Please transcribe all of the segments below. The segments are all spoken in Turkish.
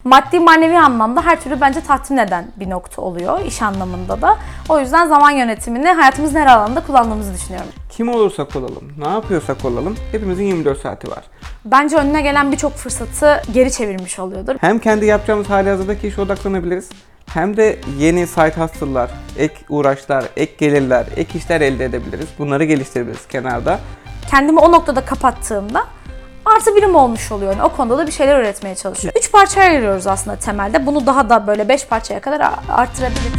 maddi manevi anlamda her türlü bence tatmin eden bir nokta oluyor iş anlamında da. O yüzden zaman yönetimini hayatımızın her alanında kullandığımızı düşünüyorum. Kim olursak olalım, ne yapıyorsak olalım hepimizin 24 saati var. Bence önüne gelen birçok fırsatı geri çevirmiş oluyordur. Hem kendi yapacağımız halihazırdaki işe odaklanabiliriz, hem de yeni side hustle'lar, ek uğraşlar, ek gelirler, ek işler elde edebiliriz. Bunları geliştirebiliriz kenarda. Kendimi o noktada kapattığımda artı birim olmuş oluyor. Yani o konuda da bir şeyler üretmeye çalışıyorum. 3 parçaya ayırıyoruz aslında temelde. Bunu daha da böyle 5 parçaya kadar arttırabiliriz.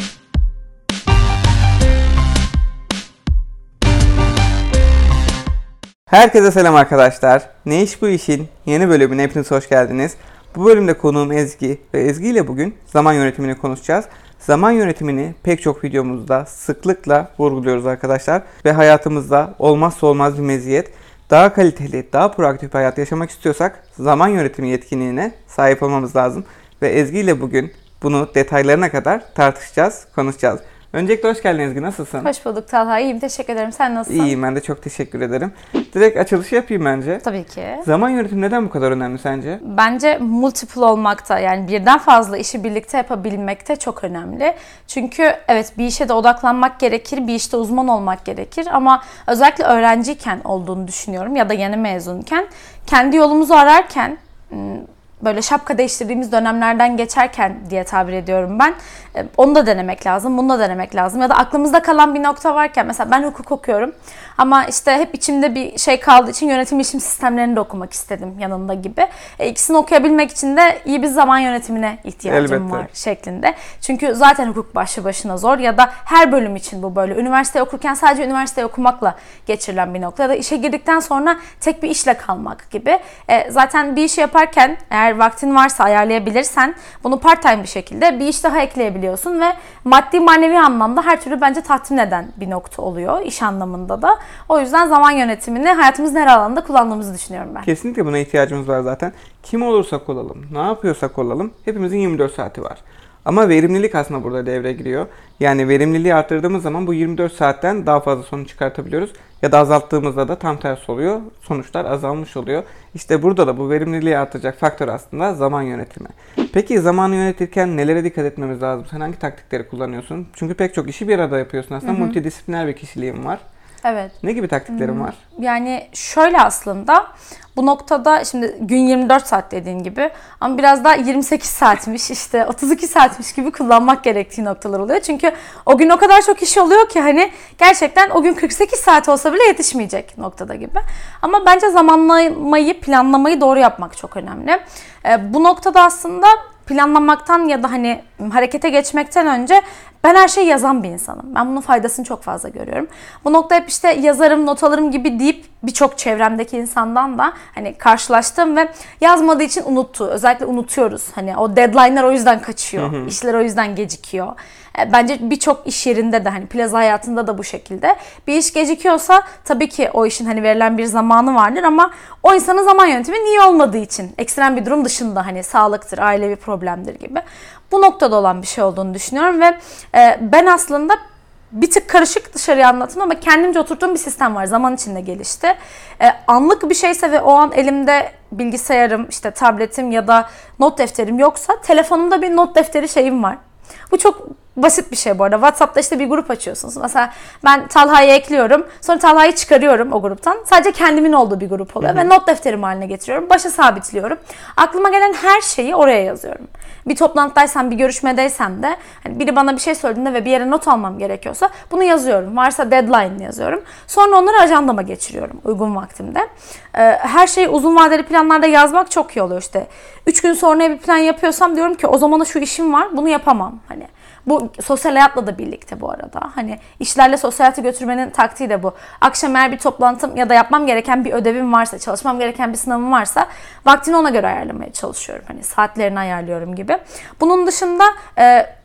Herkese selam arkadaşlar. Ne iş bu işin yeni bölümüne hepiniz hoş geldiniz. Bu bölümde konuğum Ezgi ve Ezgi ile bugün zaman yönetimini konuşacağız. Zaman yönetimini pek çok videomuzda sıklıkla vurguluyoruz arkadaşlar. Ve hayatımızda olmazsa olmaz bir meziyet. Daha kaliteli, daha proaktif bir hayat yaşamak istiyorsak zaman yönetimi yetkinliğine sahip olmamız lazım. Ve Ezgi ile bugün bunu detaylarına kadar tartışacağız, konuşacağız. Öncelikle hoş geldin Ezgi, nasılsın? Hoş bulduk Talha, iyiyim, teşekkür ederim. Sen nasılsın? İyiyim, ben de çok teşekkür ederim. Direkt açılışı yapayım bence. Tabii ki. Zaman yönetimi neden bu kadar önemli sence? Bence multiple olmakta, yani birden fazla işi birlikte yapabilmekte çok önemli. Çünkü evet, bir işe de odaklanmak gerekir, bir işte uzman olmak gerekir ama özellikle öğrenciyken olduğunu düşünüyorum ya da yeni mezunken kendi yolumuzu ararken böyle şapka değiştirdiğimiz dönemlerden geçerken diye tabir ediyorum ben. Onu da denemek lazım, bunu da denemek lazım. Ya da aklımızda kalan bir nokta varken, mesela ben hukuk okuyorum ama işte hep içimde bir şey kaldığı için yönetim bilişim sistemlerini de okumak istedim yanında gibi. İkisini okuyabilmek için de iyi bir zaman yönetimine ihtiyacım var şeklinde. Çünkü zaten hukuk başlı başına zor ya da her bölüm için bu böyle. Üniversite okurken sadece üniversite okumakla geçirilen bir nokta ya da işe girdikten sonra tek bir işle kalmak gibi. Zaten bir işi yaparken eğer vaktin varsa, ayarlayabilirsen bunu part time bir şekilde bir iş daha ekleyebiliyorsun ve maddi manevi anlamda her türlü bence tatmin eden bir nokta oluyor iş anlamında da. O yüzden zaman yönetimini hayatımızın her alanında kullandığımızı düşünüyorum ben. Kesinlikle buna ihtiyacımız var zaten. Kim olursak olalım, ne yapıyorsak olalım hepimizin 24 saati var. Ama verimlilik aslında burada devreye giriyor. Yani verimliliği arttırdığımız zaman bu 24 saatten daha fazla sonuç çıkartabiliyoruz. Ya da azalttığımızda da tam tersi oluyor. Sonuçlar azalmış oluyor. İşte burada da bu verimliliği arttıracak faktör aslında zaman yönetimi. Peki zamanı yönetirken nelere dikkat etmemiz lazım? Sen hangi taktikleri kullanıyorsun? Çünkü pek çok işi bir arada yapıyorsun aslında. Multidisipliner bir kişiliğin var. Evet. Ne gibi taktiklerin var? Yani şöyle, aslında bu noktada şimdi gün 24 saat dediğin gibi ama biraz daha 28 saatmiş, işte 32 saatmiş gibi kullanmak gerektiği noktalar oluyor. Çünkü o gün o kadar çok iş oluyor ki hani gerçekten o gün 48 saat olsa bile yetişmeyecek noktada gibi. Ama bence zamanlamayı, planlamayı doğru yapmak çok önemli. Bu noktada aslında planlamaktan ya da hani harekete geçmekten önce ben her şeyi yazan bir insanım. Ben bunun faydasını çok fazla görüyorum. Bu nokta hep işte yazarım, not alırım gibi deyip birçok çevremdeki insandan da hani karşılaştım ve yazmadığı için unuttu. Özellikle unutuyoruz. Hani o deadline'lar o yüzden kaçıyor. İşler o yüzden gecikiyor. Bence birçok iş yerinde de hani plaza hayatında da bu şekilde. Bir iş gecikiyorsa tabii ki o işin hani verilen bir zamanı vardır ama o insanın zaman yönetimi iyi olmadığı için, ekstrem bir durum dışında, hani sağlıktır, ailevi problemdir gibi, bu noktada olan bir şey olduğunu düşünüyorum ve ben aslında bir tık karışık dışarıya anlattım ama kendimce oturttuğum bir sistem var. Zaman içinde gelişti. Anlık bir şeyse ve o an elimde bilgisayarım, işte tabletim ya da not defterim yoksa telefonumda bir not defteri şeyim var. Bu çok basit bir şey bu arada. WhatsApp'ta işte bir grup açıyorsunuz. Mesela ben Talha'yı ekliyorum. Sonra Talha'yı çıkarıyorum o gruptan. Sadece kendimin olduğu bir grup oluyor. Ve not defterim haline getiriyorum. Başa sabitliyorum. Aklıma gelen her şeyi oraya yazıyorum. Bir toplantıdaysam, bir görüşmedeysem de hani biri bana bir şey söylediğinde ve bir yere not almam gerekiyorsa bunu yazıyorum. Varsa deadline yazıyorum. Sonra onları ajandama geçiriyorum uygun vaktimde. Her şeyi uzun vadeli planlarda yazmak çok iyi oluyor işte. 3 gün sonra bir plan yapıyorsam diyorum ki o zamana şu işim var, bunu yapamam. Hani bu sosyal hayatla da birlikte bu arada. Hani işlerle sosyal hayatı götürmenin taktiği de bu. Akşam eğer bir toplantım ya da yapmam gereken bir ödevim varsa, çalışmam gereken bir sınavım varsa vaktini ona göre ayarlamaya çalışıyorum. Hani saatlerini ayarlıyorum gibi. Bunun dışında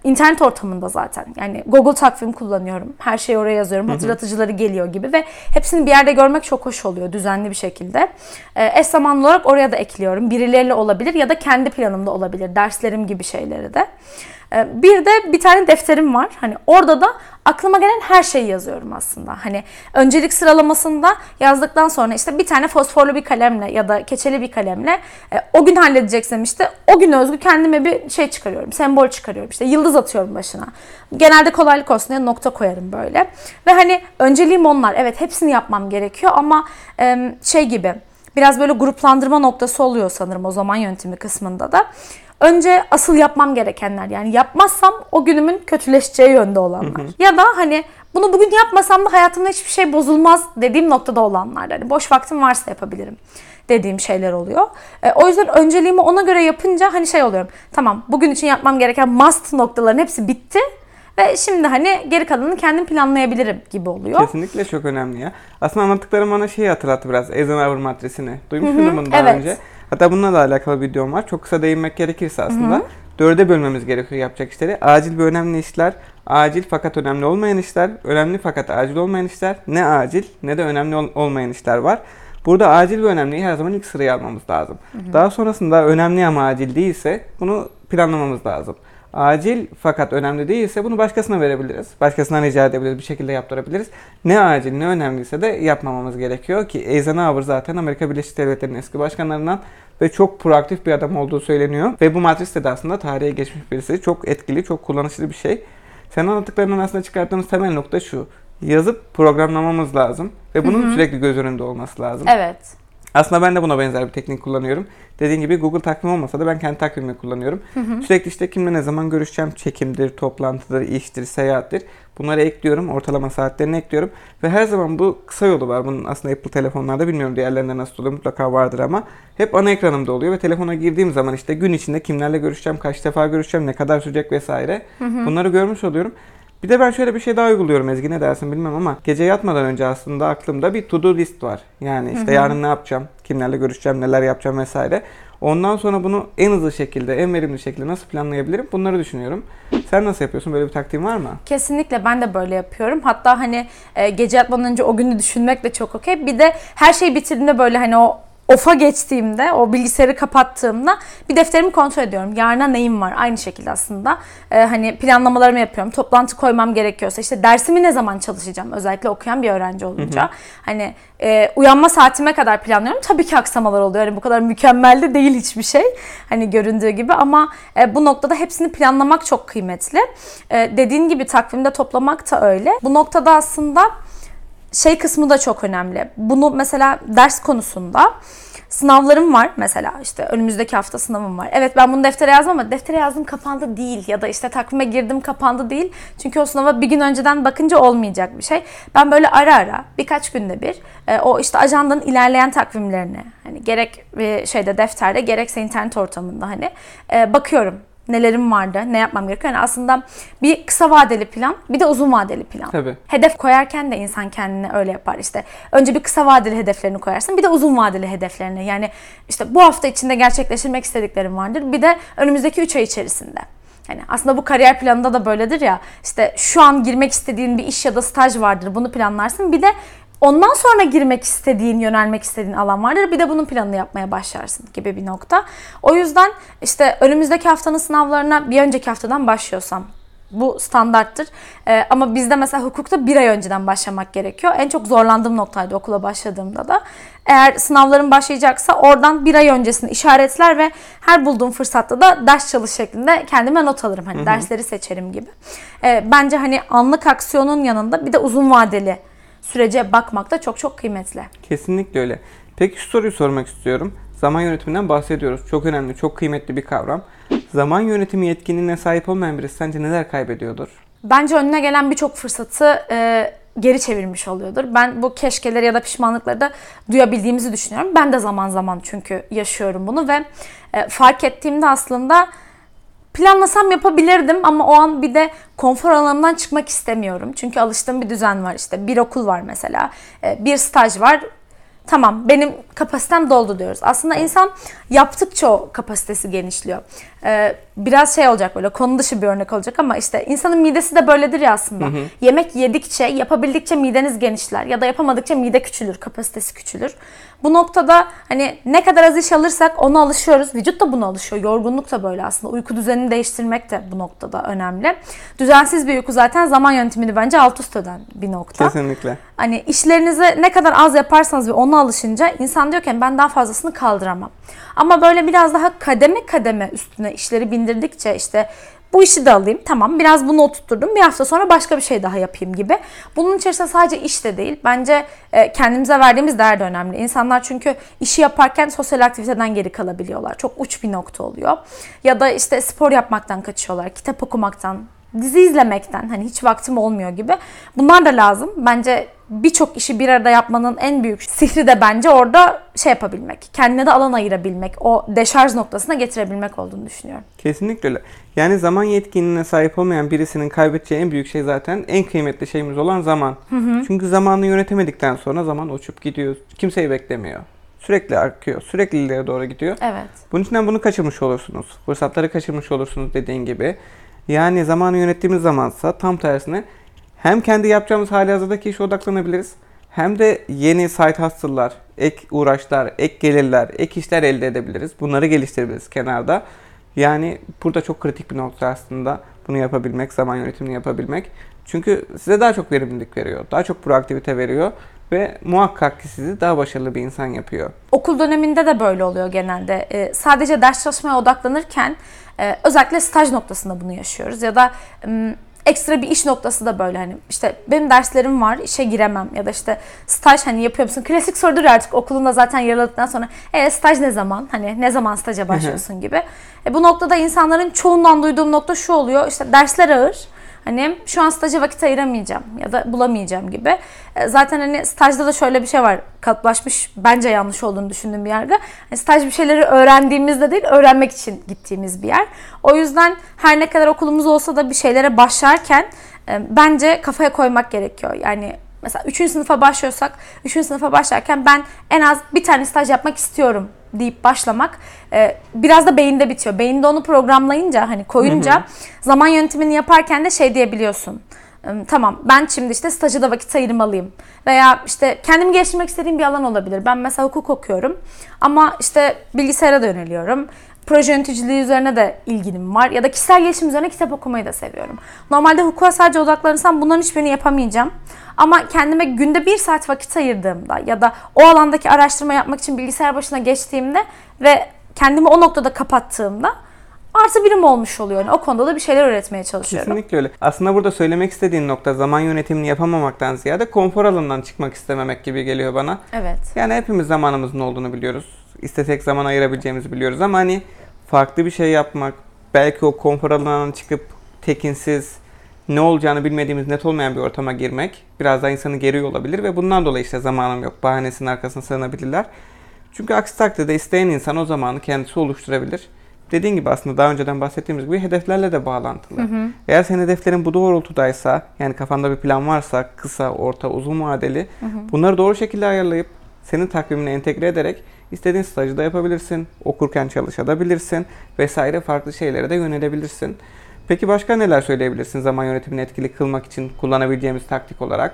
internet ortamında zaten. Yani Google Takvim kullanıyorum. Her şeyi oraya yazıyorum. Hatırlatıcıları geliyor gibi ve hepsini bir yerde görmek çok hoş oluyor düzenli bir şekilde. Eş zamanlı olarak oraya da ekliyorum. Birileriyle olabilir ya da kendi planımda olabilir. Derslerim gibi şeyleri de. Bir de bir tane defterim var. Hani orada da aklıma gelen her şeyi yazıyorum aslında. Hani öncelik sıralamasında yazdıktan sonra işte bir tane fosforlu bir kalemle ya da keçeli bir kalemle o gün halledeceksem işte o gün özgü kendime bir şey çıkarıyorum. Sembol çıkarıyorum. İşte yıldız atıyorum başına. Genelde kolaylık olsun diye nokta koyarım böyle. Ve hani önceliğim onlar. Evet, hepsini yapmam gerekiyor ama şey gibi biraz böyle gruplandırma noktası oluyor sanırım o zaman yönetimi kısmında da. Önce asıl yapmam gerekenler, yani yapmazsam o günümün kötüleşeceği yönde olanlar. Ya da hani bunu bugün yapmasam da hayatımda hiçbir şey bozulmaz dediğim noktada olanlar. Yani boş vaktim varsa yapabilirim dediğim şeyler oluyor. O yüzden önceliğimi ona göre yapınca hani şey oluyorum. Tamam, bugün için yapmam gereken must noktaların hepsi bitti. Ve şimdi hani geri kalanını kendim planlayabilirim gibi oluyor. Kesinlikle çok önemli ya. Aslında anlattıklarım bana şeyi hatırlattı biraz. Eisenhower matrisini. Duymuş muydun bunu daha önce? Hatta bununla da alakalı bir videom var. Çok kısa değinmek gerekirse aslında 4'e bölmemiz gerekiyor yapacak işleri. Acil ve önemli işler, acil fakat önemli olmayan işler, önemli fakat acil olmayan işler, ne acil ne de önemli olmayan işler var. Burada acil ve önemliyi her zaman ilk sıraya almamız lazım. Daha sonrasında önemli ama acil değilse bunu planlamamız lazım. Acil fakat önemli değilse bunu başkasına verebiliriz. Başkasına rica edebiliriz, bir şekilde yaptırabiliriz. Ne acil ne önemliyse de yapmamamız gerekiyor ki Eisenhower zaten Amerika Birleşik Devletleri'nin eski başkanlarından ve çok proaktif bir adam olduğu söyleniyor. Ve bu matris de aslında tarihe geçmiş birisi. Çok etkili, çok kullanışlı bir şey. Senin anlattıklarından aslında çıkarttığımız temel nokta şu. Yazıp programlamamız lazım ve bunun sürekli göz önünde olması lazım. Evet. Aslında ben de buna benzer bir teknik kullanıyorum. Dediğin gibi Google takvim olmasa da ben kendi takvimimi kullanıyorum. Sürekli işte kimle ne zaman görüşeceğim, çekimdir, toplantıdır, iştir, seyahattir. Bunları ekliyorum, ortalama saatlerini ekliyorum. Ve her zaman bu kısa yolu var. Bunun aslında Apple telefonlarda bilmiyorum diğerlerinde nasıl oluyor, mutlaka vardır ama hep ana ekranımda oluyor. Ve telefona girdiğim zaman işte gün içinde kimlerle görüşeceğim, kaç defa görüşeceğim, ne kadar sürecek vesaire. Bunları görmüş oluyorum. Bir de ben şöyle bir şey daha uyguluyorum Ezgi, ne dersin bilmem ama gece yatmadan önce aslında aklımda bir to do list var. Yani işte yarın ne yapacağım, kimlerle görüşeceğim, neler yapacağım vesaire. Ondan sonra bunu en hızlı şekilde, en verimli şekilde nasıl planlayabilirim bunları düşünüyorum. Sen nasıl yapıyorsun? Böyle bir taktiğin var mı? Kesinlikle ben de böyle yapıyorum. Hatta hani gece yatmadan önce o günü düşünmek de çok okey. Bir de her şeyi bitirdiğimde böyle hani o off'a geçtiğimde, o bilgisayarı kapattığımda bir defterimi kontrol ediyorum. Yarına neyim var? Aynı şekilde aslında. Hani planlamalarımı yapıyorum. Toplantı koymam gerekiyorsa işte dersimi ne zaman çalışacağım? Özellikle okuyan bir öğrenci olunca. Hani uyanma saatime kadar planlıyorum. Tabii ki aksamalar oluyor. Yani bu kadar mükemmel de değil hiçbir şey. Hani göründüğü gibi ama bu noktada hepsini planlamak çok kıymetli. Dediğin gibi takvimde toplamak da öyle. Bu noktada aslında şey kısmı da çok önemli. Bunu mesela ders konusunda sınavlarım var mesela, işte önümüzdeki hafta sınavım var. Evet, ben bunu deftere yazmam ama deftere yazdım kapandı değil ya da işte takvime girdim kapandı değil. Çünkü o sınava bir gün önceden bakınca olmayacak bir şey. Ben böyle ara ara birkaç günde bir o işte ajandanın ilerleyen takvimlerini hani gerek şeyde defterde gerekse internet ortamında hani bakıyorum. Nelerim vardı, ne yapmam gerekiyor. Yani aslında bir kısa vadeli plan, bir de uzun vadeli plan. Tabii. Hedef koyarken de insan kendine öyle yapar. İşte önce bir kısa vadeli hedeflerini koyarsın, bir de uzun vadeli hedeflerini. Yani işte bu hafta içinde gerçekleştirmek istediklerim vardır. Bir de önümüzdeki 3 ay içerisinde. Yani aslında bu kariyer planında da böyledir ya. İşte şu an girmek istediğin bir iş ya da staj vardır. Bunu planlarsın. Bir de ondan sonra girmek istediğin, yönelmek istediğin alan vardır. Bir de bunun planını yapmaya başlarsın gibi bir nokta. O yüzden işte önümüzdeki haftanın sınavlarına bir önceki haftadan başlıyorsam bu standarttır. Ama bizde mesela hukukta bir ay önceden başlamak gerekiyor. En çok zorlandığım noktaydı okula başladığımda da. Eğer sınavların başlayacaksa oradan bir ay öncesini işaretler ve her bulduğum fırsatta da ders çalış şeklinde kendime not alırım. Hani dersleri seçerim gibi. Bence hani anlık aksiyonun yanında bir de uzun vadeli sürece bakmak da çok çok kıymetli. Kesinlikle öyle. Peki şu soruyu sormak istiyorum. Zaman yönetiminden bahsediyoruz. Çok önemli, çok kıymetli bir kavram. Zaman yönetimi yetkinliğine sahip olmayan birisi sence neler kaybediyordur? Bence önüne gelen birçok fırsatı geri çevirmiş oluyordur. Ben bu keşkeleri ya da pişmanlıkları da duyabildiğimizi düşünüyorum. Ben de zaman zaman çünkü yaşıyorum bunu ve fark ettiğimde aslında planlasam yapabilirdim ama o an bir de konfor alanımdan çıkmak istemiyorum. Çünkü alıştığım bir düzen var, işte bir okul var mesela, bir staj var. Tamam, benim kapasitem doldu diyoruz. Aslında insan yaptıkça o kapasitesi genişliyor. Biraz şey olacak, böyle konu dışı bir örnek olacak ama işte insanın midesi de böyledir ya aslında. Yemek yedikçe, yapabildikçe mideniz genişler ya da yapamadıkça mide küçülür, kapasitesi küçülür. Bu noktada hani ne kadar az iş alırsak ona alışıyoruz. Vücut da buna alışıyor. Yorgunluk da böyle aslında. Uyku düzenini değiştirmek de bu noktada önemli. Düzensiz bir uyku zaten zaman yönetimini bence alt üst eden bir nokta. Kesinlikle. Hani işlerinizi ne kadar az yaparsanız ve ona alışınca insan diyor ki ben daha fazlasını kaldıramam. Ama böyle biraz daha kademe kademe üstüne işleri bindirdikçe işte bu işi de alayım, tamam biraz bunu oturtturdum, bir hafta sonra başka bir şey daha yapayım gibi. Bunun içerisinde sadece iş de değil, bence kendimize verdiğimiz değer de önemli. İnsanlar çünkü işi yaparken sosyal aktiviteden geri kalabiliyorlar. Çok uç bir nokta oluyor. Ya da işte spor yapmaktan kaçıyorlar, kitap okumaktan, dizi izlemekten, hani hiç vaktim olmuyor gibi. Bunlar da lazım. Bence birçok işi bir arada yapmanın en büyük sihri de bence orada şey yapabilmek. Kendine de alan ayırabilmek. O deşarj noktasına getirebilmek olduğunu düşünüyorum. Kesinlikle öyle. Yani zaman yetkinliğine sahip olmayan birisinin kaybedeceği en büyük şey zaten en kıymetli şeyimiz olan zaman. Çünkü zamanını yönetemedikten sonra zaman uçup gidiyor. Kimseyi beklemiyor. Sürekli akıyor. Sürekli ileri doğru gidiyor. Evet. Bunun içinden bunu kaçırmış olursunuz. Fırsatları kaçırmış olursunuz dediğin gibi. Yani zamanı yönettiğimiz zamansa tam tersine hem kendi yapacağımız halihazırdaki işe odaklanabiliriz. Hem de yeni side hustle'lar, ek uğraşlar, ek gelirler, ek işler elde edebiliriz. Bunları geliştirebiliriz kenarda. Yani burada çok kritik bir nokta aslında bunu yapabilmek, zaman yönetimini yapabilmek. Çünkü size daha çok verimlilik veriyor, daha çok proaktivite veriyor ve muhakkak ki sizi daha başarılı bir insan yapıyor. Okul döneminde de böyle oluyor genelde. Sadece ders çalışmaya odaklanırken özellikle staj noktasında bunu yaşıyoruz ya da ekstra bir iş noktası da böyle, hani işte benim derslerim var, işe giremem ya da işte staj hani yapıyor musun? Klasik sorudur artık okulunda zaten yaraladıktan sonra staj ne zaman? Hani ne zaman staja başlıyorsun gibi. Bu noktada insanların çoğundan duyduğum nokta şu oluyor, işte dersler ağır. Hani şu an staja vakit ayıramayacağım ya da bulamayacağım gibi. Zaten hani stajda da şöyle bir şey var. Kalıplaşmış, bence yanlış olduğunu düşündüğüm bir yargı. Yani staj bir şeyleri öğrendiğimizde değil, öğrenmek için gittiğimiz bir yer. O yüzden her ne kadar okulumuz olsa da bir şeylere başlarken bence kafaya koymak gerekiyor. Yani mesela 3. sınıfa başlıyorsak, 3. sınıfa başlarken ben en az bir tane staj yapmak istiyorum deyip başlamak biraz da beyinde bitiyor. Beyinde onu programlayınca, hani koyunca zaman yönetimini yaparken de şey diyebiliyorsun. Tamam, ben şimdi işte staja da vakit ayırmalıyım. Veya işte kendimi geliştirmek istediğim bir alan olabilir. Ben mesela hukuk okuyorum ama işte bilgisayara da yöneliyorum. Proje yöneticiliği üzerine de ilgim var. Ya da kişisel gelişim üzerine kitap okumayı da seviyorum. Normalde hukuka sadece odaklanırsam bunların hiçbirini yapamayacağım. Ama kendime günde 1 saat vakit ayırdığımda ya da o alandaki araştırma yapmak için bilgisayar başına geçtiğimde ve kendimi o noktada kapattığımda artı birim olmuş oluyor. Yani o konuda da bir şeyler öğretmeye çalışıyorum. Kesinlikle öyle. Aslında burada söylemek istediğin nokta zaman yönetimini yapamamaktan ziyade konfor alanından çıkmak istememek gibi geliyor bana. Evet. Yani hepimiz zamanımızın olduğunu biliyoruz. İstesek zaman ayırabileceğimizi biliyoruz ama hani farklı bir şey yapmak, belki o konfor alanından çıkıp tekinsiz, ne olacağını bilmediğimiz, net olmayan bir ortama girmek biraz daha insanı geriyor olabilir ve bundan dolayı işte zamanım yok bahanesinin arkasına sığınabilirler. Çünkü aksi takdirde isteyen insan o zamanı kendisi oluşturabilir. Dediğin gibi aslında daha önceden bahsettiğimiz gibi hedeflerle de bağlantılı. Eğer senin hedeflerin bu doğrultudaysa, yani kafanda bir plan varsa kısa, orta, uzun vadeli, bunları doğru şekilde ayarlayıp senin takvimine entegre ederek istediğin stajı da yapabilirsin, okurken çalışabilirsin vesaire, farklı şeylere de yönelebilirsin. Peki başka neler söyleyebilirsin zaman yönetimini etkili kılmak için kullanabileceğimiz taktik olarak?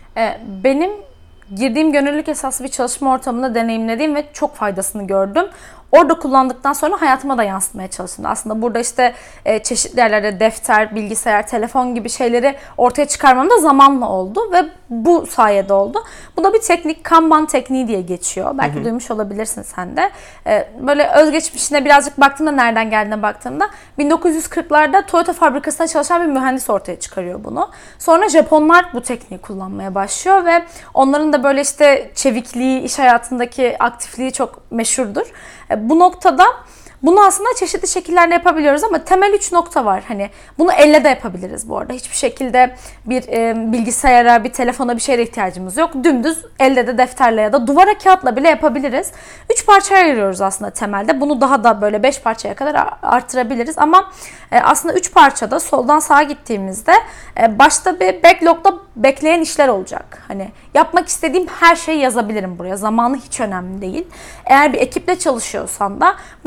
Benim girdiğim gönüllülük esaslı bir çalışma ortamında deneyimlediğim ve çok faydasını gördüm. Orada kullandıktan sonra hayatıma da yansıtmaya çalıştım. Aslında burada işte çeşitli yerlerde defter, bilgisayar, telefon gibi şeyleri ortaya çıkarmam da zamanla oldu ve bu sayede oldu. Bu da bir teknik, Kanban tekniği diye geçiyor. Belki duymuş olabilirsin sen de. Böyle özgeçmişine birazcık baktığımda, nereden geldiğine baktığımda 1940'larda Toyota fabrikasında çalışan bir mühendis ortaya çıkarıyor bunu. Sonra Japonlar bu tekniği kullanmaya başlıyor ve onların da böyle işte çevikliği, iş hayatındaki aktifliği çok meşhurdur. Bu noktada bunu aslında çeşitli şekillerde yapabiliyoruz ama temel 3 nokta var. Hani bunu elle de yapabiliriz bu arada. Hiçbir şekilde bir bilgisayara, bir telefona, bir şeye ihtiyacımız yok. Dümdüz elde de defterle ya da duvara kağıtla bile yapabiliriz. 3 parçaya ayırıyoruz aslında temelde. Bunu daha da böyle 5 parçaya kadar artırabiliriz ama aslında 3 parçada soldan sağa gittiğimizde başta bir backlog'da bekleyen işler olacak. Hani yapmak istediğim her şeyi yazabilirim buraya. Zamanı hiç önemli değil. Eğer bir ekiple çalışıyorsan da buraya hani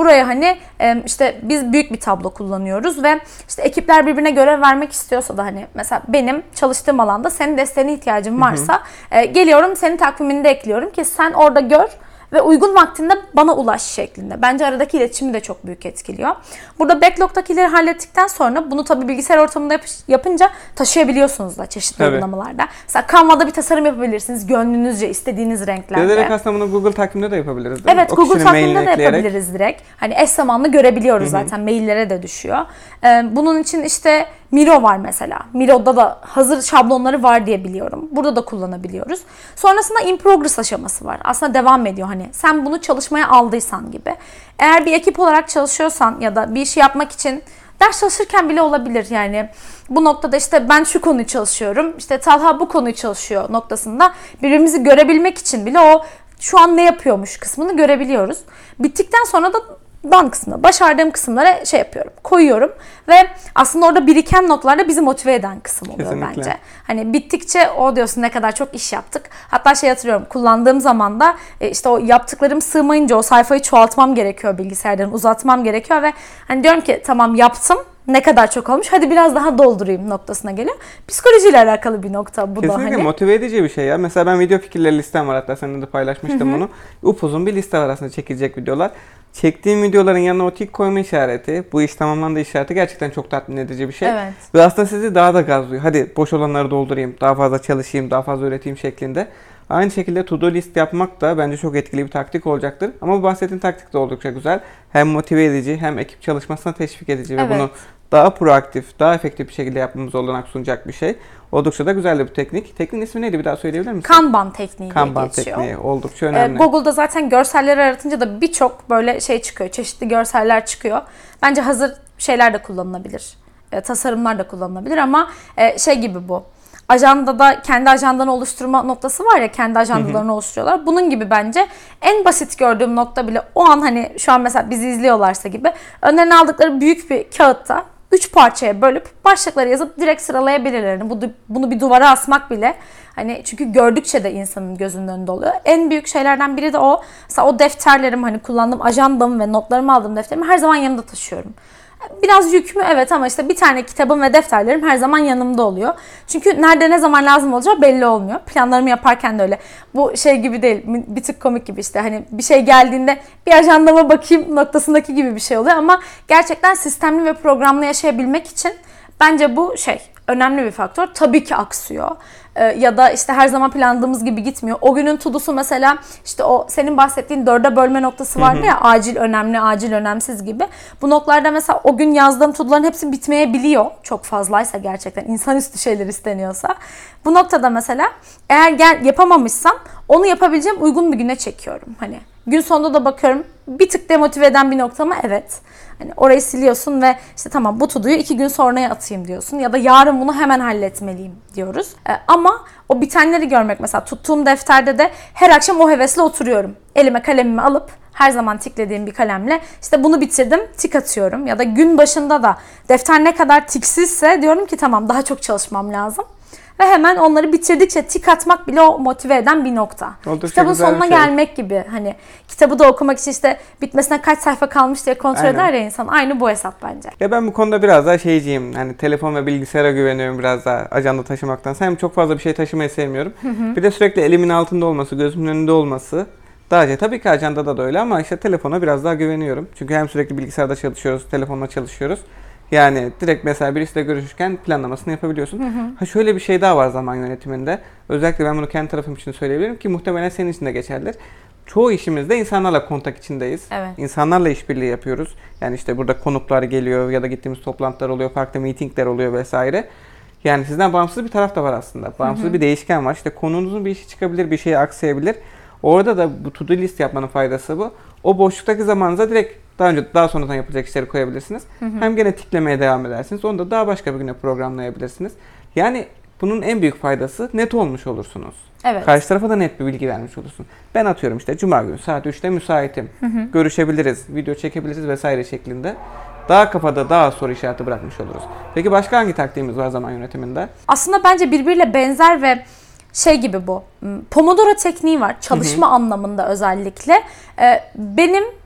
hani işte biz büyük bir tablo kullanıyoruz ve işte ekipler birbirine görev vermek istiyorsa da hani mesela benim çalıştığım alanda senin desteğine ihtiyacım varsa geliyorum senin takvimini de ekliyorum ki sen orada gör ve uygun vaktinde bana ulaş şeklinde. Bence aradaki iletişimi de çok büyük etkiliyor. Burada backlog'dakileri hallettikten sonra bunu tabii bilgisayar ortamında yapınca taşıyabiliyorsunuz da çeşitli uygulamalarda. Mesela Canva'da bir tasarım yapabilirsiniz gönlünüzce, istediğiniz renklerde. Direkt aslında bunu Google takvimde de yapabiliriz değil mi? Evet, Google takvimde de yapabiliriz direkt. Hani eş zamanlı görebiliyoruz zaten. Maillere de düşüyor. Bunun için işte Miro var mesela. Miro'da da hazır şablonları var diye biliyorum. Burada da kullanabiliyoruz. Sonrasında in progress aşaması var. Aslında devam ediyor hani. Sen bunu çalışmaya aldıysan gibi. Eğer bir ekip olarak çalışıyorsan ya da bir işi yapmak için ders çalışırken bile olabilir yani. Bu noktada işte ben şu konuyu çalışıyorum, işte Talha bu konuyu çalışıyor noktasında birbirimizi görebilmek için bile o şu an ne yapıyormuş kısmını görebiliyoruz. Bittikten sonra da done kısmına, başardığım kısımlara şey yapıyorum, koyuyorum ve aslında orada biriken notlarda bizi motive eden kısım oluyor bence. Hani bittikçe o diyorsun ne kadar çok iş yaptık. Hatta şey hatırlıyorum, kullandığım zaman da işte o yaptıklarım sığmayınca o sayfayı çoğaltmam gerekiyor bilgisayardan, uzatmam gerekiyor ve hani diyorum ki tamam yaptım. Ne kadar çok olmuş. Hadi biraz daha doldurayım noktasına geliyor. Psikolojiyle alakalı bir nokta bu da hani. Kesinlikle motive edici bir şey ya. Mesela ben video fikirleri listem var, hatta seninle de paylaşmıştım bunu. Upuzun bir liste var aslında çekilecek videolar. Çektiğim videoların yanına o tik koyma işareti, bu iş tamamlandı işareti gerçekten çok tatmin edici bir şey. Evet. Ve aslında sizi daha da gazlıyor. Hadi boş olanları doldurayım, daha fazla çalışayım, daha fazla üreteyim şeklinde. Aynı şekilde to do list yapmak da bence çok etkili bir taktik olacaktır. Ama bu bahsettiğin taktik de oldukça güzel. Hem motive edici hem ekip çalışmasına teşvik edici ve bunu daha proaktif, daha efektif bir şekilde yapmamız olanak sunacak bir şey. Oldukça da güzel bir teknik. Tekniğin ismi neydi, bir daha söyleyebilir misin? Kanban tekniği diye Kanban geçiyor. tekniği oldukça önemli. Google'da zaten görselleri aratınca da birçok böyle şey çıkıyor. Çeşitli görseller çıkıyor. Bence hazır şeyler de kullanılabilir. Tasarımlar da kullanılabilir ama şey gibi bu. Ajandada kendi ajandanı oluşturma noktası var ya, kendi ajandalarını oluşturuyorlar. Bunun gibi bence en basit gördüğüm nokta bile o an hani şu an mesela bizi izliyorlarsa gibi önlerine aldıkları büyük bir kağıtta 3 parçaya bölüp başlıkları yazıp direkt sıralayabilirler. Yani bunu bir duvara asmak bile hani çünkü gördükçe de insanın gözünün önünde oluyor. En büyük şeylerden biri de o. Mesela o defterlerim hani kullandığım ajandamı ve notlarımı aldığım defterimi her zaman yanımda taşıyorum. Biraz yük mü? Evet ama işte bir tane kitabım ve defterlerim her zaman yanımda oluyor. Çünkü nerede ne zaman lazım olacağı belli olmuyor. Planlarımı yaparken de öyle. Bu şey gibi değil, bir tık komik gibi işte hani bir şey geldiğinde bir ajandama bakayım noktasındaki gibi bir şey oluyor. Ama gerçekten sistemli ve programlı yaşayabilmek için bence bu şey önemli bir faktör. Tabii ki aksıyor. Ya da işte her zaman planladığımız gibi gitmiyor. O günün todo'su mesela işte o senin bahsettiğin 4'e bölme noktası vardı ya, acil önemli, acil önemsiz gibi. Bu noktalarda mesela o gün yazdığım todo'ların hepsi bitmeyebiliyor. Çok fazlaysa gerçekten insanüstü şeyler isteniyorsa. Bu noktada mesela eğer yapamamışsam onu yapabileceğim uygun bir güne çekiyorum. Hani gün sonunda da bakıyorum bir tık demotive eden bir nokta mı? Evet. Hani orayı siliyorsun ve işte tamam bu todo'yu 2 gün sonraya atayım diyorsun. Ya da yarın bunu hemen halletmeliyim diyoruz. Ama o bitenleri görmek mesela tuttuğum defterde de her akşam o hevesle oturuyorum. Elime kalemimi alıp her zaman tiklediğim bir kalemle işte bunu bitirdim, tik atıyorum. Ya da gün başında da defter ne kadar tiksizse diyorum ki tamam daha çok çalışmam lazım. Ve hemen onları bitirdikçe tik atmak bile o motive eden bir nokta. Oldukça Kitabın sonuna gelmek gibi. Hani kitabı da okumak için işte bitmesine kaç sayfa kalmış diye kontrol eder ya insan. Aynı bu hesap bence. Ya ben bu konuda biraz daha şeyciyim. Hani telefon ve bilgisayara güveniyorum biraz daha ajanda taşımaktan. Hem çok fazla bir şey taşımayı sevmiyorum. Bir de sürekli elimin altında olması, gözümün önünde olması. Daha önce tabii ki ajandada da öyle ama işte telefona biraz daha güveniyorum. Çünkü hem sürekli bilgisayarda çalışıyoruz, telefonla çalışıyoruz. Yani direkt mesela birisiyle görüşürken planlamasını yapabiliyorsun. Ha şöyle bir şey daha var zaman yönetiminde. Özellikle ben bunu kendi tarafım için söyleyebilirim ki muhtemelen senin için de geçerlidir. Çoğu işimizde insanlarla kontak içindeyiz. Evet. İnsanlarla işbirliği yapıyoruz. Yani işte burada konuklar geliyor ya da gittiğimiz toplantılar oluyor, farklı meetingler oluyor vesaire. Yani sizden bağımsız bir taraf da var aslında. Bağımsız bir değişken var. İşte konunuzun bir işi çıkabilir, bir şey aksayabilir. Orada da bu to-do list yapmanın faydası bu. O boşluktaki zamanınıza direkt daha sonradan yapılacak işleri koyabilirsiniz. Hem gene tiklemeye devam edersiniz. Onu da daha başka bir güne programlayabilirsiniz. Yani bunun en büyük faydası net olmuş olursunuz. Evet. Karşı tarafa da net bir bilgi vermiş olursun. Ben atıyorum işte cuma günü saat 3'te müsaitim. Görüşebiliriz, video çekebiliriz vesaire şeklinde. Daha kafada daha soru işareti bırakmış oluruz. Peki başka hangi taktiğimiz var zaman yönetiminde? Aslında bence birbiriyle benzer ve şey gibi bu. Pomodoro tekniği var. Çalışma anlamında özellikle. Benim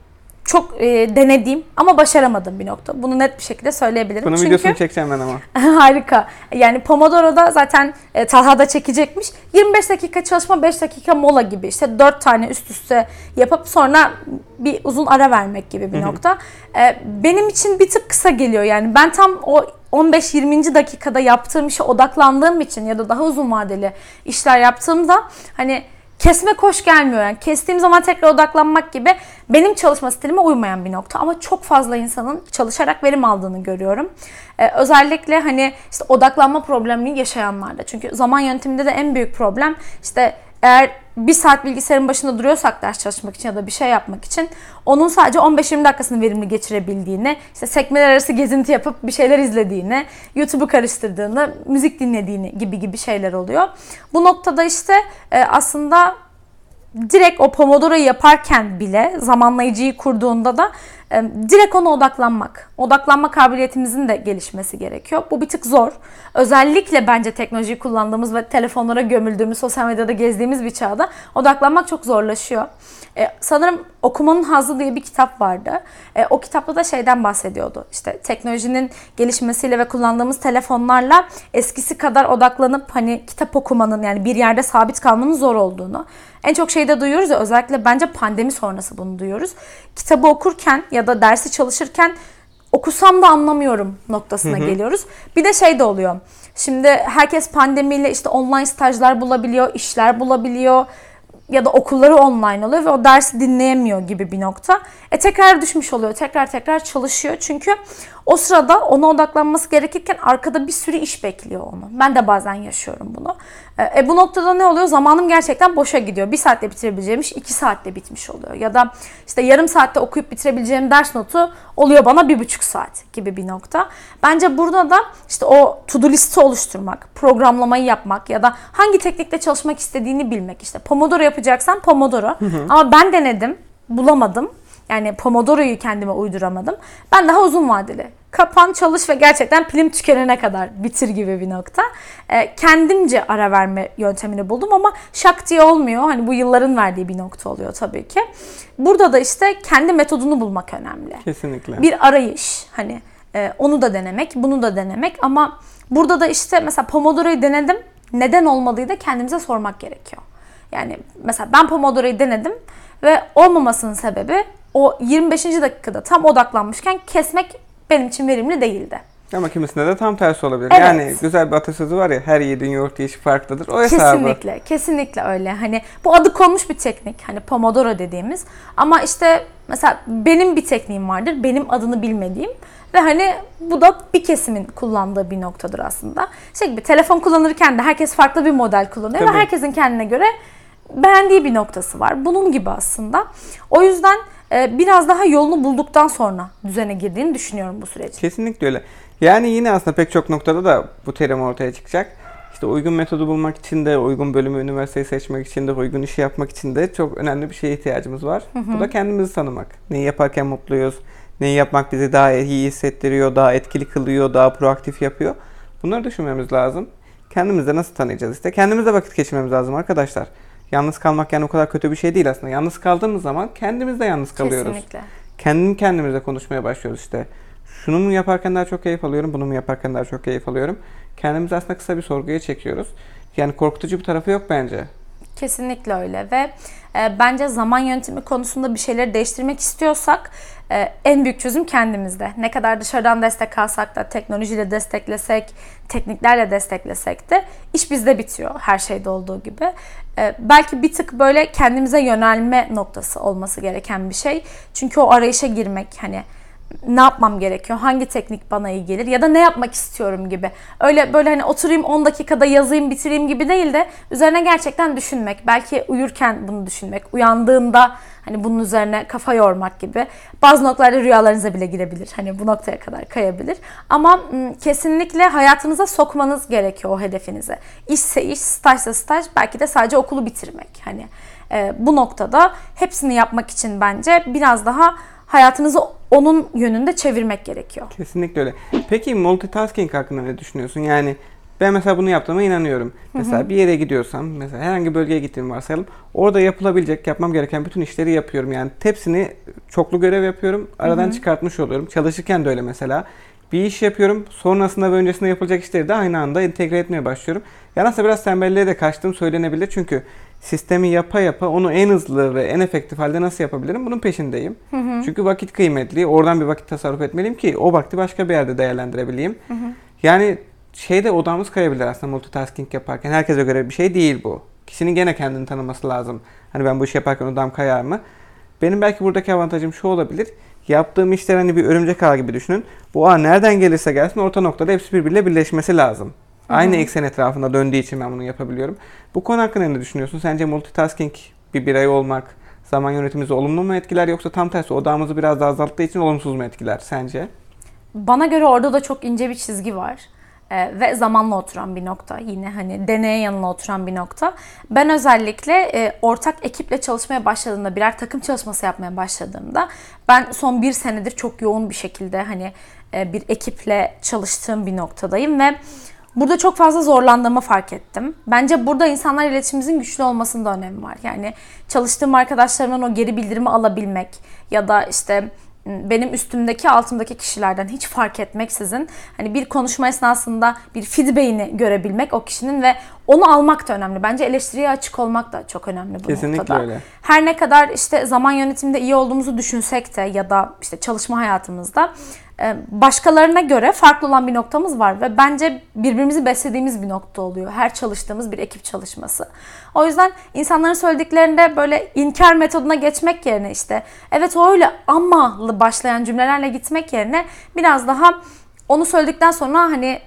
çok denediğim ama başaramadığım bir nokta. Bunu net bir şekilde söyleyebilirim. Bunun videosunu çekeceğim ben ama. Harika. Yani Pomodoro'da zaten Talha da çekecekmiş. 25 dakika çalışma, 5 dakika mola gibi. İşte 4 tane üst üste yapıp sonra bir uzun ara vermek gibi bir nokta. Benim için bir tık kısa geliyor. Yani ben tam o 15-20. dakikada yaptığım işe odaklandığım için ya da daha uzun vadeli işler yaptığımda hani kesme hoş gelmiyor. Yani kestiğim zaman tekrar odaklanmak gibi benim çalışma stilime uymayan bir nokta. Ama çok fazla insanın çalışarak verim aldığını görüyorum. Özellikle hani işte odaklanma problemini yaşayanlarda. Çünkü zaman yönetiminde de en büyük problem işte eğer bir saat bilgisayarın başında duruyorsak ders çalışmak için ya da bir şey yapmak için onun sadece 15-20 dakikasını verimli geçirebildiğini, işte sekmeler arası gezinti yapıp bir şeyler izlediğini, YouTube'u karıştırdığını, müzik dinlediğini gibi şeyler oluyor. Bu noktada işte aslında direkt o Pomodoro'yu yaparken bile zamanlayıcıyı kurduğunda da direkt ona odaklanmak. Odaklanma kabiliyetimizin de gelişmesi gerekiyor. Bu bir tık zor. Özellikle bence teknolojiyi kullandığımız ve telefonlara gömüldüğümüz, sosyal medyada gezdiğimiz bir çağda odaklanmak çok zorlaşıyor. Sanırım Okumanın Hazzı diye bir kitap vardı. O kitapta da şeyden bahsediyordu. İşte teknolojinin gelişmesiyle ve kullandığımız telefonlarla eskisi kadar odaklanıp hani kitap okumanın yani bir yerde sabit kalmanın zor olduğunu. En çok şeyde duyuyoruz ya, özellikle bence pandemi sonrası bunu duyuyoruz. Kitabı okurken ya da dersi çalışırken okusam da anlamıyorum noktasına geliyoruz. Bir de şey de oluyor. Şimdi herkes pandemiyle işte online stajlar bulabiliyor, işler bulabiliyor ya da okulları online oluyor ve o dersi dinleyemiyor gibi bir nokta. Tekrar düşmüş oluyor. Tekrar çalışıyor. Çünkü o sırada ona odaklanması gerekirken arkada bir sürü iş bekliyor onu. Ben de bazen yaşıyorum bunu. Bu noktada ne oluyor? Zamanım gerçekten boşa gidiyor. 1 saatte bitirebileceğim iş 2 saatte bitmiş oluyor. Ya da işte yarım saatte okuyup bitirebileceğim ders notu oluyor bana 1,5 saat gibi bir nokta. Bence burada da işte o to-do listi oluşturmak, programlamayı yapmak ya da hangi teknikle çalışmak istediğini bilmek. İşte Pomodoro yapacaksan Pomodoro. Ama ben denedim, bulamadım. Yani Pomodoro'yu kendime uyduramadım. Ben daha uzun vadeli. Kapan, çalış ve gerçekten pilim tükenene kadar bitir gibi bir nokta. Kendimce ara verme yöntemini buldum ama şak diye olmuyor. Hani bu yılların verdiği bir nokta oluyor tabii ki. Burada da işte kendi metodunu bulmak önemli. Kesinlikle. Bir arayış. Hani onu da denemek, bunu da denemek ama burada da işte mesela Pomodoro'yu denedim. Neden olmadığını da kendimize sormak gerekiyor. Yani mesela ben Pomodoro'yu denedim ve olmamasının sebebi o 25. dakikada tam odaklanmışken kesmek benim için verimli değildi. Ama kimisinde de tam tersi olabilir. Evet. Yani güzel bir atasözü var ya, her yiğidin yoğurt yiyişi farklıdır. O hesabı. Kesinlikle öyle. Hani bu adı konmuş bir teknik. Hani Pomodoro dediğimiz. Ama işte mesela benim bir tekniğim vardır. Benim adını bilmediğim. Ve hani bu da bir kesimin kullandığı bir noktadır aslında. Şey gibi, telefon kullanırken de herkes farklı bir model kullanıyor. Tabii. Ve herkesin kendine göre beğendiği bir noktası var. Bunun gibi aslında. O yüzden biraz daha yolunu bulduktan sonra düzene girdiğini düşünüyorum bu sürecin. Kesinlikle öyle. Yani yine aslında pek çok noktada da bu terim ortaya çıkacak. İşte uygun metodu bulmak için de, uygun bölümü, üniversiteyi seçmek için de, uygun işi yapmak için de çok önemli bir şeye ihtiyacımız var. Bu da kendimizi tanımak. Neyi yaparken mutluyuz, neyi yapmak bizi daha iyi hissettiriyor, daha etkili kılıyor, daha proaktif yapıyor. Bunları düşünmemiz lazım. Kendimizi de nasıl tanıyacağız işte? Kendimizle vakit geçirmemiz lazım arkadaşlar. Yalnız kalmak yani o kadar kötü bir şey değil aslında. Yalnız kaldığımız zaman kendimiz de yalnız kalıyoruz. Kesinlikle. Kendimizle konuşmaya başlıyoruz işte. Şunu mu yaparken daha çok keyif alıyorum, bunu mu yaparken daha çok keyif alıyorum. Kendimizi aslında kısa bir sorguya çekiyoruz. Yani korkutucu bir tarafı yok bence. Kesinlikle öyle ve bence zaman yönetimi konusunda bir şeyleri değiştirmek istiyorsak en büyük çözüm kendimizde. Ne kadar dışarıdan destek alsak da, teknolojiyle desteklesek, tekniklerle desteklesek de iş bizde bitiyor her şeyde olduğu gibi. Belki bir tık böyle kendimize yönelme noktası olması gereken bir şey. Çünkü o arayışa girmek, hani ne yapmam gerekiyor, hangi teknik bana iyi gelir ya da ne yapmak istiyorum gibi. Öyle böyle hani oturayım 10 dakikada yazayım bitireyim gibi değil de üzerine gerçekten düşünmek. Belki uyurken bunu düşünmek, uyandığında hani bunun üzerine kafa yormak gibi. Bazı noktalarda rüyalarınıza bile girebilir. Hani bu noktaya kadar kayabilir. Ama kesinlikle hayatınıza sokmanız gerekiyor o hedefinize. İşse iş, stajsa staj, belki de sadece okulu bitirmek. Hani bu noktada hepsini yapmak için bence biraz daha hayatınızı onun yönünde çevirmek gerekiyor. Kesinlikle öyle. Peki multitasking hakkında ne düşünüyorsun? Yani Ben mesela bunu yaptığıma inanıyorum. Mesela bir yere gidiyorsam, mesela herhangi bir bölgeye gittiğimi varsayalım. Orada yapılabilecek, yapmam gereken bütün işleri yapıyorum. Yani hepsini çoklu görev yapıyorum. Aradan çıkartmış oluyorum. Çalışırken de öyle mesela. Bir iş yapıyorum. Sonrasında ve öncesinde yapılacak işleri de aynı anda entegre etmeye başlıyorum. Yani aslında biraz tembelliğe de kaçtığım söylenebilir. Çünkü sistemi yapa yapa onu en hızlı ve en efektif halde nasıl yapabilirim? Bunun peşindeyim. Çünkü vakit kıymetli. Oradan bir vakit tasarruf etmeliyim ki o vakti başka bir yerde değerlendirebileyim. Yani şeyde odamız kayabilir aslında multitasking yaparken. Herkese göre bir şey değil bu. Kişinin gene kendini tanıması lazım. Hani ben bu işi yaparken odam kayar mı? Benim belki buradaki avantajım şu olabilir. Yaptığım işler hani bir örümcek ağı gibi düşünün. Bu ağ nereden gelirse gelsin orta noktada hepsi birbiriyle birleşmesi lazım. Aynı eksen etrafında döndüğü için ben bunu yapabiliyorum. Bu konu hakkında ne düşünüyorsun? Sence multitasking bir birey olmak zaman yönetimimizi olumlu mu etkiler yoksa tam tersi odağımızı biraz daha azalttığı için olumsuz mu etkiler sence? Bana göre orada da çok ince bir çizgi var. Ve zamanla oturan bir nokta. Yine hani deneye yanına oturan bir nokta. Ben özellikle ortak ekiple çalışmaya başladığımda, birer takım çalışması yapmaya başladığımda ben son 1 senedir çok yoğun bir şekilde hani bir ekiple çalıştığım bir noktadayım ve burada çok fazla zorlandığımı fark ettim. Bence burada insanlar iletişimimizin güçlü olmasında önemi var. Yani çalıştığım arkadaşlarımdan o geri bildirimi alabilmek ya da işte benim üstümdeki altımdaki kişilerden hiç fark etmeksizin hani bir konuşma esnasında bir feedback'ini görebilmek o kişinin ve onu almak da önemli. Bence eleştiriye açık olmak da çok önemli bu Kesinlikle noktada. Öyle. Her ne kadar işte zaman yönetiminde iyi olduğumuzu düşünsek de ya da işte çalışma hayatımızda başkalarına göre farklı olan bir noktamız var ve bence birbirimizi beslediğimiz bir nokta oluyor. Her çalıştığımız bir ekip çalışması. O yüzden insanların söylediklerinde böyle inkar metoduna geçmek yerine işte evet öyle amalı başlayan cümlelerle gitmek yerine biraz daha onu söyledikten sonra hani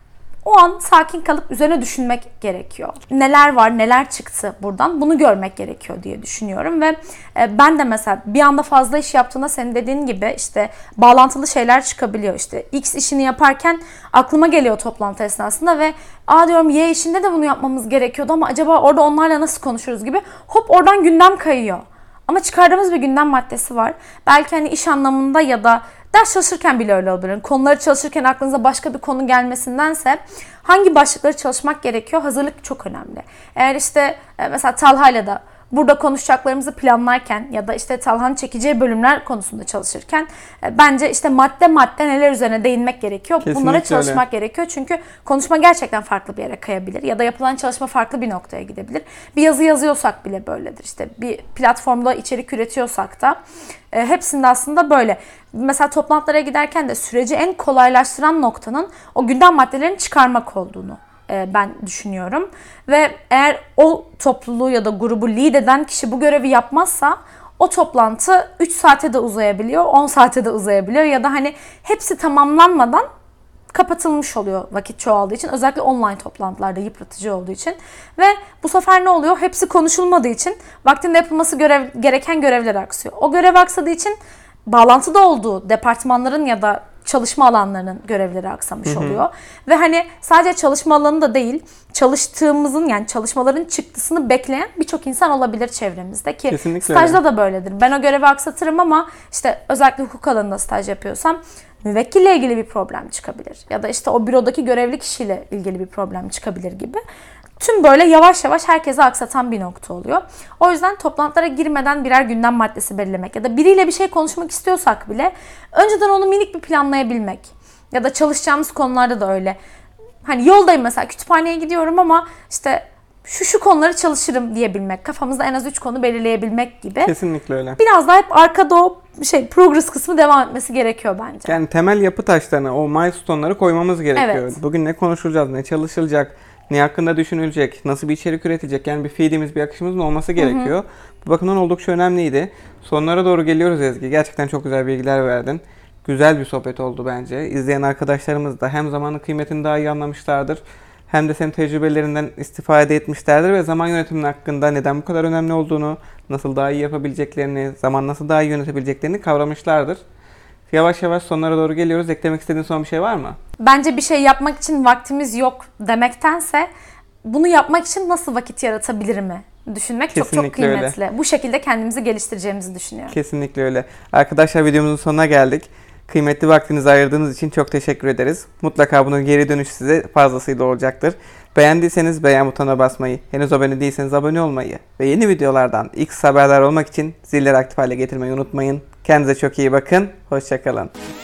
o an sakin kalıp üzerine düşünmek gerekiyor. Neler var, neler çıktı buradan bunu görmek gerekiyor diye düşünüyorum ve ben de mesela bir anda fazla iş yaptığında senin dediğin gibi işte bağlantılı şeyler çıkabiliyor. İşte X işini yaparken aklıma geliyor toplantı esnasında ve diyorum Y işinde de bunu yapmamız gerekiyordu ama acaba orada onlarla nasıl konuşuruz gibi hop oradan gündem kayıyor. Ama çıkardığımız bir gündem maddesi var. Belki hani iş anlamında ya da ders çalışırken bile öyle olabilir. Konuları çalışırken aklınıza başka bir konu gelmesindense hangi başlıkları çalışmak gerekiyor? Hazırlık çok önemli. Eğer işte mesela Talha'yla da burada konuşacaklarımızı planlarken ya da işte Talha'nın çekeceği bölümler konusunda çalışırken bence işte madde madde neler üzerine değinmek gerekiyor. Kesinlikle Bunlara çalışmak öyle. gerekiyor. Çünkü konuşma gerçekten farklı bir yere kayabilir ya da yapılan çalışma farklı bir noktaya gidebilir. Bir yazı yazıyorsak bile böyledir. İşte bir platformda içerik üretiyorsak da hepsinde aslında böyle. Mesela toplantılara giderken de süreci en kolaylaştıran noktanın o gündem maddelerini çıkarmak olduğunu ben düşünüyorum. Ve eğer o topluluğu ya da grubu lead eden kişi bu görevi yapmazsa o toplantı 3 saate de uzayabiliyor, 10 saate de uzayabiliyor ya da hani hepsi tamamlanmadan kapatılmış oluyor vakit çoğaldığı için. Özellikle online toplantılarda yıpratıcı olduğu için. Ve bu sefer ne oluyor? Hepsi konuşulmadığı için vaktinde yapılması gereken görevler aksıyor. O görev aksadığı için bağlantıda olduğu departmanların ya da çalışma alanlarının görevleri aksamış oluyor. Ve hani sadece çalışma alanı da değil, çalıştığımızın yani çalışmaların çıktısını bekleyen birçok insan olabilir çevremizde ki Kesinlikle stajda öyle. da böyledir. Ben o görevi aksatırım ama işte özellikle hukuk alanında staj yapıyorsam müvekkille ilgili bir problem çıkabilir. Ya da işte o bürodaki görevli kişiyle ilgili bir problem çıkabilir gibi. Tüm böyle yavaş yavaş herkese aksatan bir nokta oluyor. O yüzden toplantılara girmeden birer gündem maddesi belirlemek ya da biriyle bir şey konuşmak istiyorsak bile önceden onu minik bir planlayabilmek. Ya da çalışacağımız konularda da öyle. Hani yoldayım mesela kütüphaneye gidiyorum ama işte şu konuları çalışırım diyebilmek. Kafamızda en az 3 konu belirleyebilmek gibi. Kesinlikle öyle. Biraz daha hep arkada o progress kısmı devam etmesi gerekiyor bence. Yani temel yapı taşlarını, o milestone'ları koymamız gerekiyor. Evet. Bugün ne konuşulacak, ne çalışılacak, ne hakkında düşünülecek, nasıl bir içerik üretecek, yani bir feedimiz, bir akışımızın olması gerekiyor. Bu bakımdan oldukça önemliydi. Sonlara doğru geliyoruz Ezgi. Gerçekten çok güzel bilgiler verdin. Güzel bir sohbet oldu bence. İzleyen arkadaşlarımız da hem zamanın kıymetini daha iyi anlamışlardır, hem de senin tecrübelerinden istifade etmişlerdir ve zaman yönetiminin hakkında neden bu kadar önemli olduğunu, nasıl daha iyi yapabileceklerini, zaman nasıl daha iyi yönetebileceklerini kavramışlardır. Yavaş yavaş sonlara doğru geliyoruz. Eklemek istediğin son bir şey var mı? Bence bir şey yapmak için vaktimiz yok demektense bunu yapmak için nasıl vakit yaratabilir mi düşünmek çok Kesinlikle kıymetli. Bu şekilde kendimizi geliştireceğimizi düşünüyorum. Kesinlikle öyle. Arkadaşlar videomuzun sonuna geldik. Kıymetli vaktinizi ayırdığınız için çok teşekkür ederiz. Mutlaka bunun geri dönüşü size fazlasıyla olacaktır. Beğendiyseniz beğen butonuna basmayı, henüz abone değilseniz abone olmayı ve yeni videolardan ilk haberdar olmak için zilleri aktif hale getirmeyi unutmayın. Kendinize çok iyi bakın. Hoşça kalın.